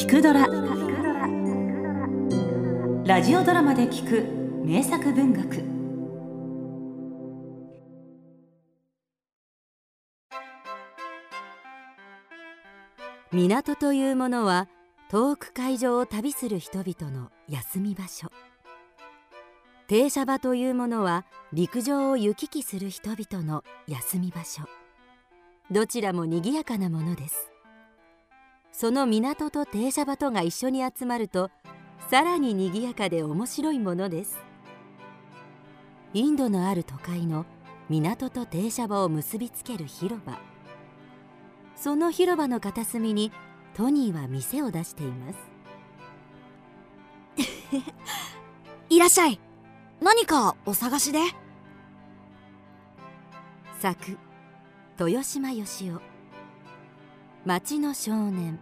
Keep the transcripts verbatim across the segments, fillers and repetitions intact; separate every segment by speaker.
Speaker 1: くドラ」ラジオドラマで聞く名作文学。港というものは遠く海上を旅する人々の休み場所。停車場というものは陸上を行き来する人々の休み場所。どちらも賑やかなものです。その港と停車場とが一緒に集まるとさらに賑やかで面白いものです。インドのある都会の港と停車場を結びつける広場。その広場の片隅にトニーは店を出しています。
Speaker 2: いらっしゃい。何かお探しで？
Speaker 1: 作豊島義雄。町の少年。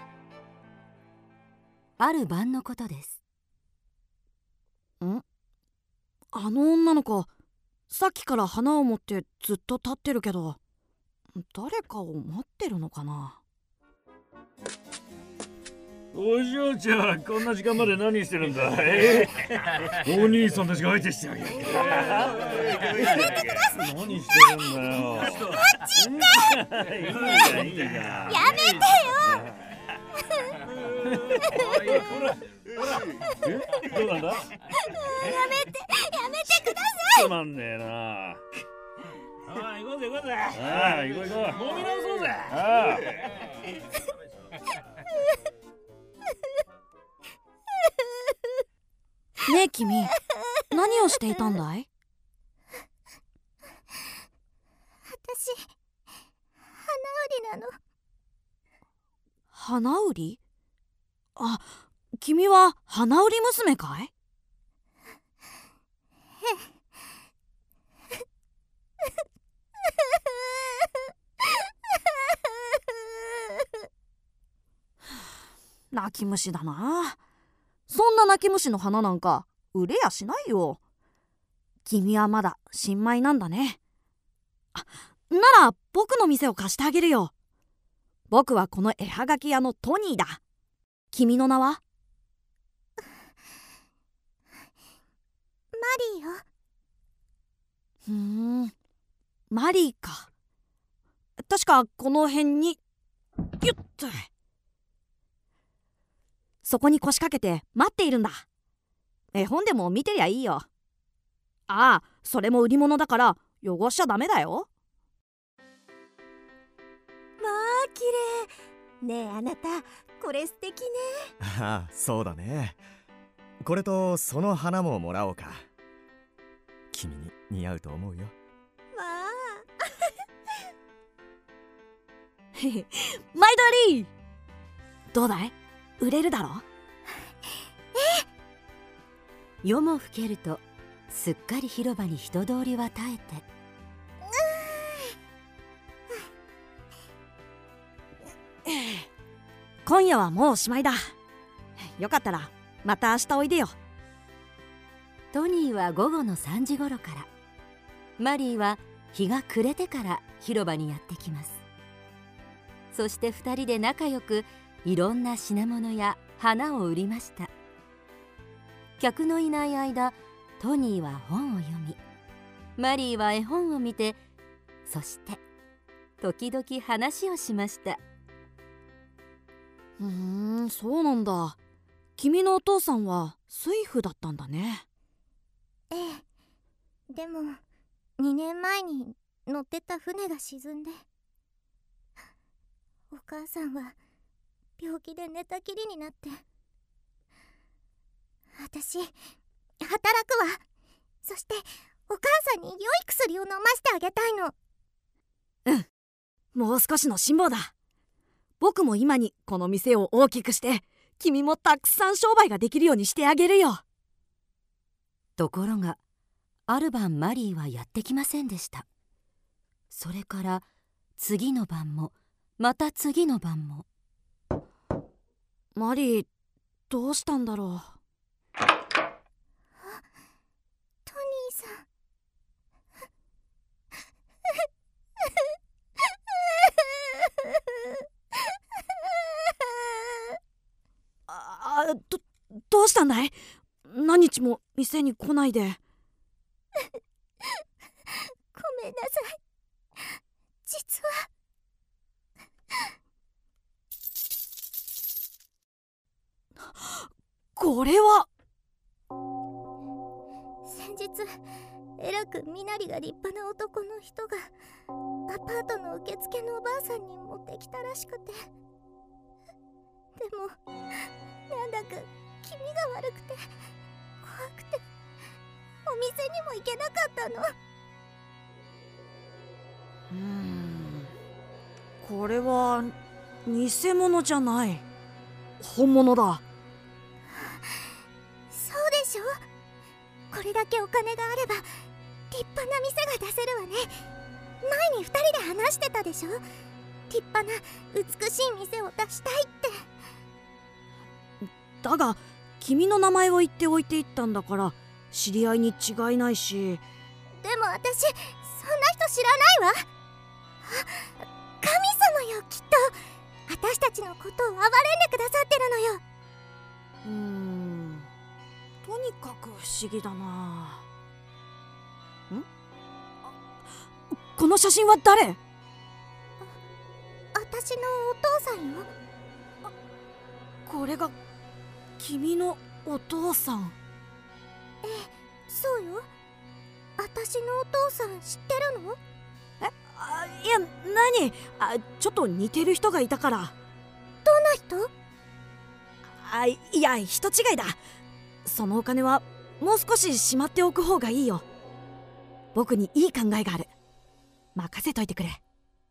Speaker 1: ある晩のことです。
Speaker 2: ん？あの女の子、さっきから花を持ってずっと立ってるけど、誰かを待ってるのかな？
Speaker 3: お嬢ちゃん、こんな時間まで何してるんだ。えー、お兄さんたちが相手してあげる。やめてください。何してるんだよ。
Speaker 4: あっち行って。
Speaker 3: いいやいいや。
Speaker 4: やめてよ。
Speaker 3: え、どうなんだ。
Speaker 4: やめてやめてください。
Speaker 3: つまんねえな。ああ、行こうぜ行こうぜ。ああ、行こう行こう。飲み直そうぜ。ああ。
Speaker 2: ねえ君、何をしていたんだい？
Speaker 4: 私、花売りなの。
Speaker 2: 花売り？あ、君は花売り娘かい？泣き虫だな。そんな泣き虫の花なんか売れやしないよ。君はまだ新米なんだね。あ、なら僕の店を貸してあげるよ。僕はこの絵はがき屋のトニーだ。君の名は？
Speaker 4: マリーよ。
Speaker 2: ふーん、マリーか。確かこの辺に、よっと。そこに腰掛けて待っているんだ。絵本でも見てりゃいいよ。ああ、それも売り物だから汚しちゃダメだよ。
Speaker 4: まあ綺麗ね。えあなた、これ素敵ね。
Speaker 5: ああ、そうだね。これとその花ももらおうか。君に似合うと思うよ。
Speaker 4: まあ
Speaker 2: マイドリー、どうだい？売れるだろ？
Speaker 1: 夜も更けるとすっかり広場に人通りは絶えて、
Speaker 2: 今夜はもうおしまいだ。よかったらまた明日おいでよ。
Speaker 1: トニーは午後のさんじごろから、マリーは日が暮れてから広場にやってきます。そしてふたりで仲良くいろんな品物や花を売りました。客のいない間、トニーは本を読み、マリーは絵本を見て、そして時々話をしました。
Speaker 2: うーん、そうなんだ。君のお父さんは水夫だったんだね。
Speaker 4: ええ。でもにねんまえに乗ってた船が沈んで、お母さんは病気で寝たきりになって、私働くわ。そしてお母さんに良い薬を飲ませてあげたいの。
Speaker 2: うん、もう少しの辛抱だ。僕も今にこの店を大きくして、君もたくさん商売ができるようにしてあげるよ。
Speaker 1: ところがある晩、マリーはやってきませんでした。それから次の晩もまた次の晩も。
Speaker 2: マリー、どうしたんだろう。
Speaker 4: トニーさん。
Speaker 2: どどうしたんだい？何日も店に来ないで。ごめん
Speaker 4: なさい。実は
Speaker 2: これは
Speaker 4: 先日えらく身なりが立派な男の人がアパートの受付のおばあさんに持ってきたらしくて、でもなんだか気味が悪くて怖くてお店にも行けなかったの。
Speaker 2: うーんこれは偽物じゃない、本物だ。
Speaker 4: そうでしょ。これだけお金があれば立派な店が出せるわね。前にふたりで話してたでしょ。立派な美しい店を出したいって。
Speaker 2: だが君の名前を言って置いていったんだから知り合いに違いないし。
Speaker 4: でも私そんな人知らないわ。神様よ、きっと私たちのことを憐れんでくださってるのよ。
Speaker 2: うーんとにかく不思議だな。んこの写真は誰？あ
Speaker 4: 私のお父さんよ。
Speaker 2: これが君のお父さん？
Speaker 4: ええ、そうよ。私のお父さん知ってるの？
Speaker 2: えあいや何あちょっと似てる人がいたから。
Speaker 4: どんな人？
Speaker 2: あいや人違いだ。そのお金はもう少ししまっておく方がいいよ。僕にいい考えがある。任せといてくれ。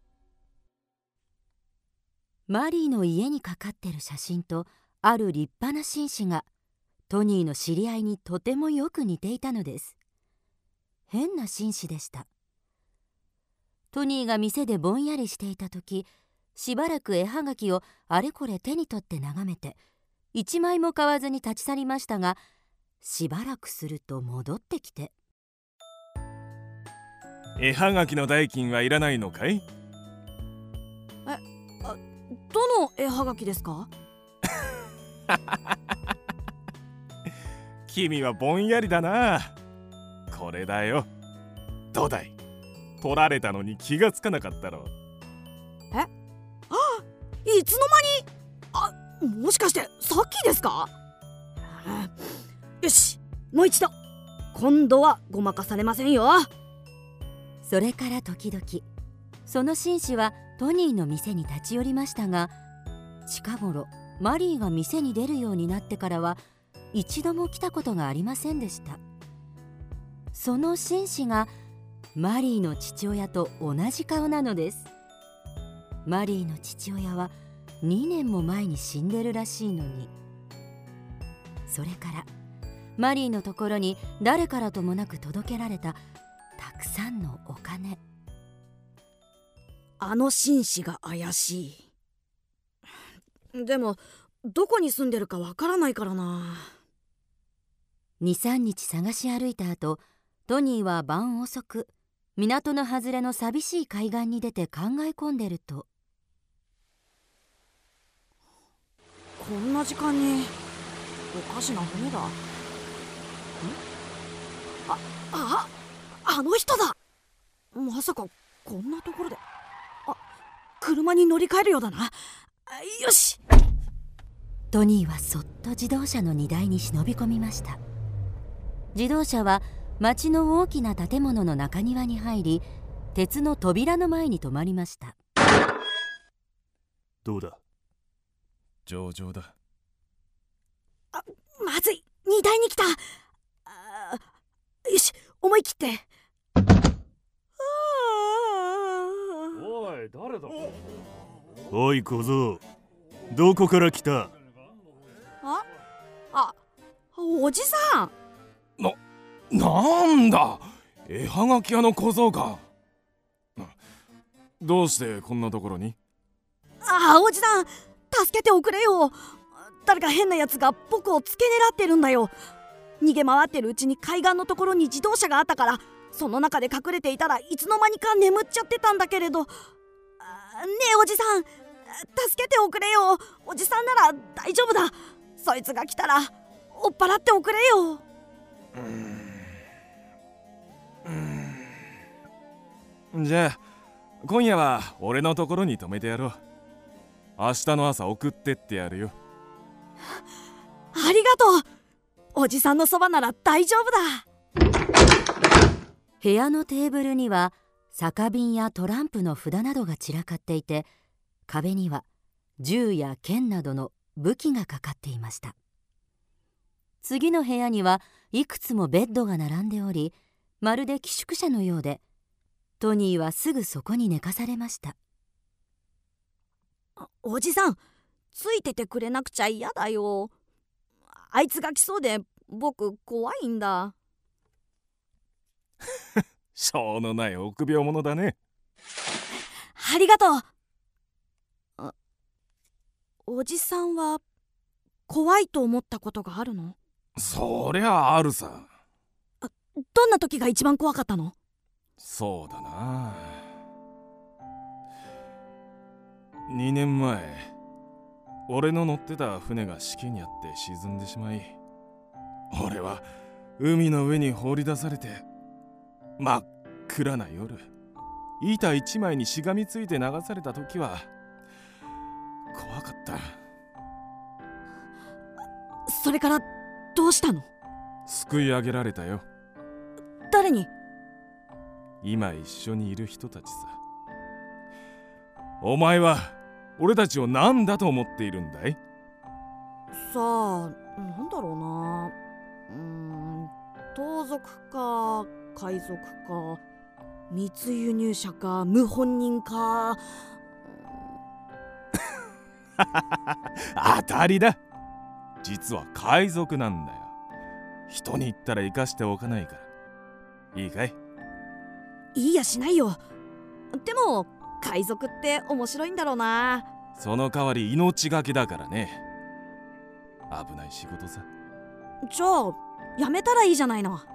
Speaker 1: マリーの家にかかってる写真とある立派な紳士がトニーの知り合いにとてもよく似ていたのです。変な紳士でした。トニーが店でぼんやりしていた時、しばらく絵はがきをあれこれ手に取って眺めて一枚も買わずに立ち去りましたが、しばらくすると戻ってきて、
Speaker 6: 絵はがきの代金はいらないのかい？
Speaker 2: えあどの絵はがきですか？
Speaker 6: 君はぼんやりだな。これだよ。どうだい？取られたのに気がつかなかったろ。
Speaker 2: えあいつの間に？あもしかしてさっきですか？よしもう一度。今度はごまかされませんよ。
Speaker 1: それから時々その紳士はトニーの店に立ち寄りましたが、近頃マリーが店に出るようになってからは一度も来たことがありませんでした。その紳士がマリーの父親と同じ顔なのです。マリーの父親はにねんも前に死んでるらしいのに。それからマリーのところに誰からともなく届けられたたくさんのお金。
Speaker 2: あの紳士が怪しい。でもどこに住んでるかわからないからな。
Speaker 1: にさんにち探し歩いた後、トニーは晩遅く港の外れの寂しい海岸に出て考え込んでると、
Speaker 2: こんな時間におかしな船だ。んあああの人だ。まさかこんなところで。あ車に乗り換えるようだな。よし。
Speaker 1: トニーはそっと自動車の荷台に忍び込みました。自動車は町の大きな建物の中庭に入り、鉄の扉の前に止まりました。
Speaker 6: どうだ？上々だ。
Speaker 2: あまずい、荷台に来た。あよし思い切って。
Speaker 3: おい誰だ？
Speaker 6: おい小僧、どこから来た？
Speaker 2: ああおじさん。
Speaker 6: な、なんだ、絵はがき屋の小僧か。どうしてこんなところに？
Speaker 2: ああおじさん助けておくれよ。誰か変なやつが僕を付け狙ってるんだよ。逃げ回ってるうちに海岸のところに自動車があったから、その中で隠れていたらいつの間にか眠っちゃってたんだけれど。ねえおじさん助けておくれよ。おじさんなら大丈夫だ。 そいつが来たら追っ払っておくれよ。
Speaker 6: うーんじゃあ今夜は俺のところに泊めてやろう。明日の朝送ってってやるよ。
Speaker 2: ありがとう。おじさんのそばなら大丈夫だ。
Speaker 1: 部屋のテーブルには酒瓶やトランプの札などが散らかっていて、壁には銃や剣などの武器がかかっていました。次の部屋にはいくつもベッドが並んでおり、まるで寄宿舎のようで、トニーはすぐそこに寝かされました。
Speaker 2: おじさん、ついててくれなくちゃ嫌だよ。あいつが来そうで僕怖いんだ。
Speaker 6: しょうのない臆病者だね。
Speaker 2: ありがとう。あ、おじさんは怖いと思ったことがあるの？
Speaker 6: そりゃあるさ。
Speaker 2: あ、どんな時が一番怖かったの？
Speaker 6: そうだな。にねんまえ、俺の乗ってた船がしけにあって沈んでしまい、俺は海の上に放り出されて、真っ暗な夜、板一枚にしがみついて流された時は怖かった。
Speaker 2: それからどうしたの？
Speaker 6: すくい上げられたよ。
Speaker 2: 誰に？
Speaker 6: 今一緒にいる人たちさ。お前は俺たちを何だと思っているんだい？
Speaker 2: さあ、なんだろうな。うーん、盗賊か海賊か密輸入者か謀反人か。
Speaker 6: 当たりだ。実は海賊なんだよ。人に言ったら生かしておかないから。いいかい？
Speaker 2: いいやしないよ。でも海賊って面白いんだろうな。
Speaker 6: その代わり命がけだからね。危ない仕事さ。
Speaker 2: じゃあやめたらいいじゃないの。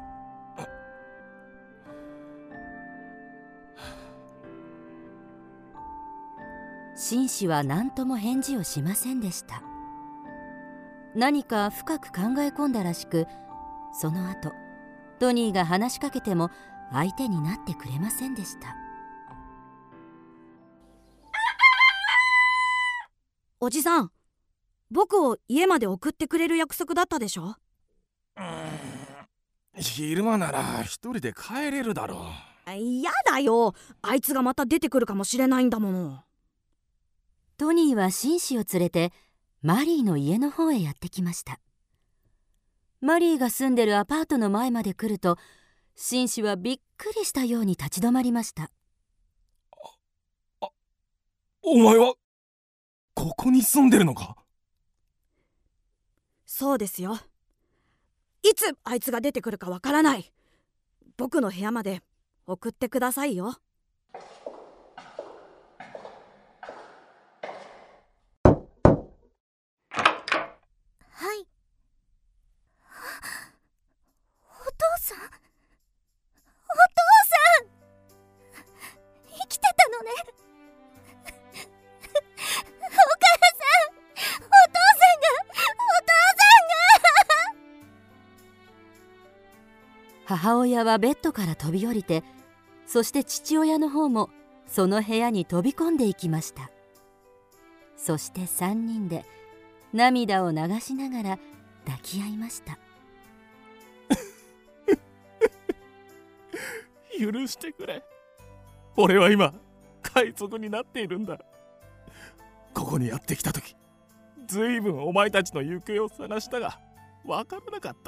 Speaker 1: 紳士は何とも返事をしませんでした。何か深く考え込んだらしく、その後トニーが話しかけても相手になってくれませんでした。
Speaker 2: おじさん、僕を家まで送ってくれる約束だったでしょ？
Speaker 6: うーん、昼間なら一人で帰れるだろう。
Speaker 2: 嫌だよ。あいつがまた出てくるかもしれないんだもの。
Speaker 1: トニーは紳士を連れてマリーの家の方へやってきました。マリーが住んでるアパートの前まで来ると、紳士はびっくりしたように立ち止まりました。
Speaker 6: あ、あ、お前はここに住んでるのか？
Speaker 2: そうですよ。いつあいつが出てくるかわからない。僕の部屋まで送ってくださいよ。
Speaker 4: はい。お父さん？お父さん！生きてたのね。お母さん！お父さんが！お父さんが！
Speaker 1: 母親はベッドから飛び降りて、そして父親の方もその部屋に飛び込んでいきました。そしてさんにんで涙を流しながら抱き合いました。
Speaker 6: 許してくれ。俺は今海賊になっているんだ。ここにやってきた時、ずいぶんお前たちの行方を探したが分からなかった。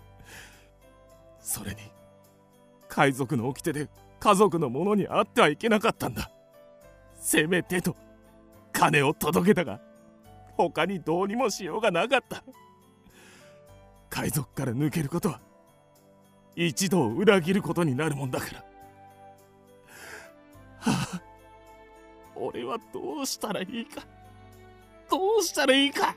Speaker 6: それに海賊の掟で家族のものに会ってはいけなかったんだ。せめてと金を届けたが、他にどうにもしようがなかった。海賊から抜けることは一度を裏切ることになるもんだから。はあ、俺はどうしたらいいか、どうしたらいいか。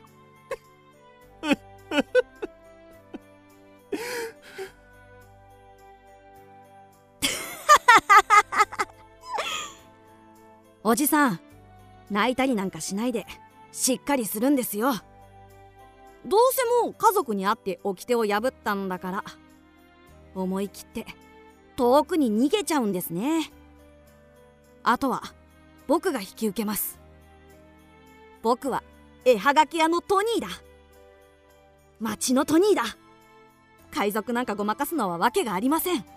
Speaker 2: おじさん、泣いたりなんかしないでしっかりするんですよ。 どうせもう家族に会って掟を破ったんだから、思い切って遠くに逃げちゃうんですね。あとは僕が引き受けます。僕は絵はがき屋のトニーだ。町のトニーだ。海賊なんかごまかすのはわけがありません。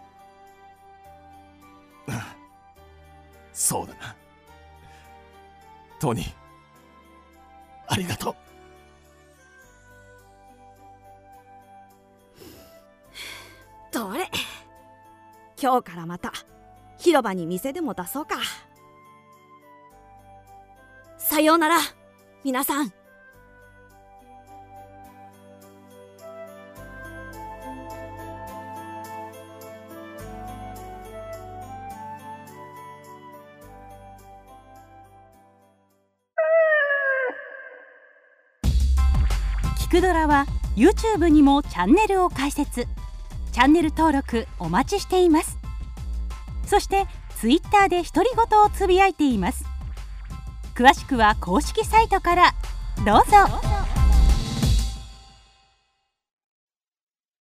Speaker 6: そうだな。トニー、ありがとう。
Speaker 2: どれ、今日からまた広場に店でも出そうか。さようなら皆さん。
Speaker 7: キクドラは YouTube にもチャンネルを開設。チャンネル登録お待ちしています。そして Twitter で独り言をつぶやいています。詳しくは公式サイトからどうぞ。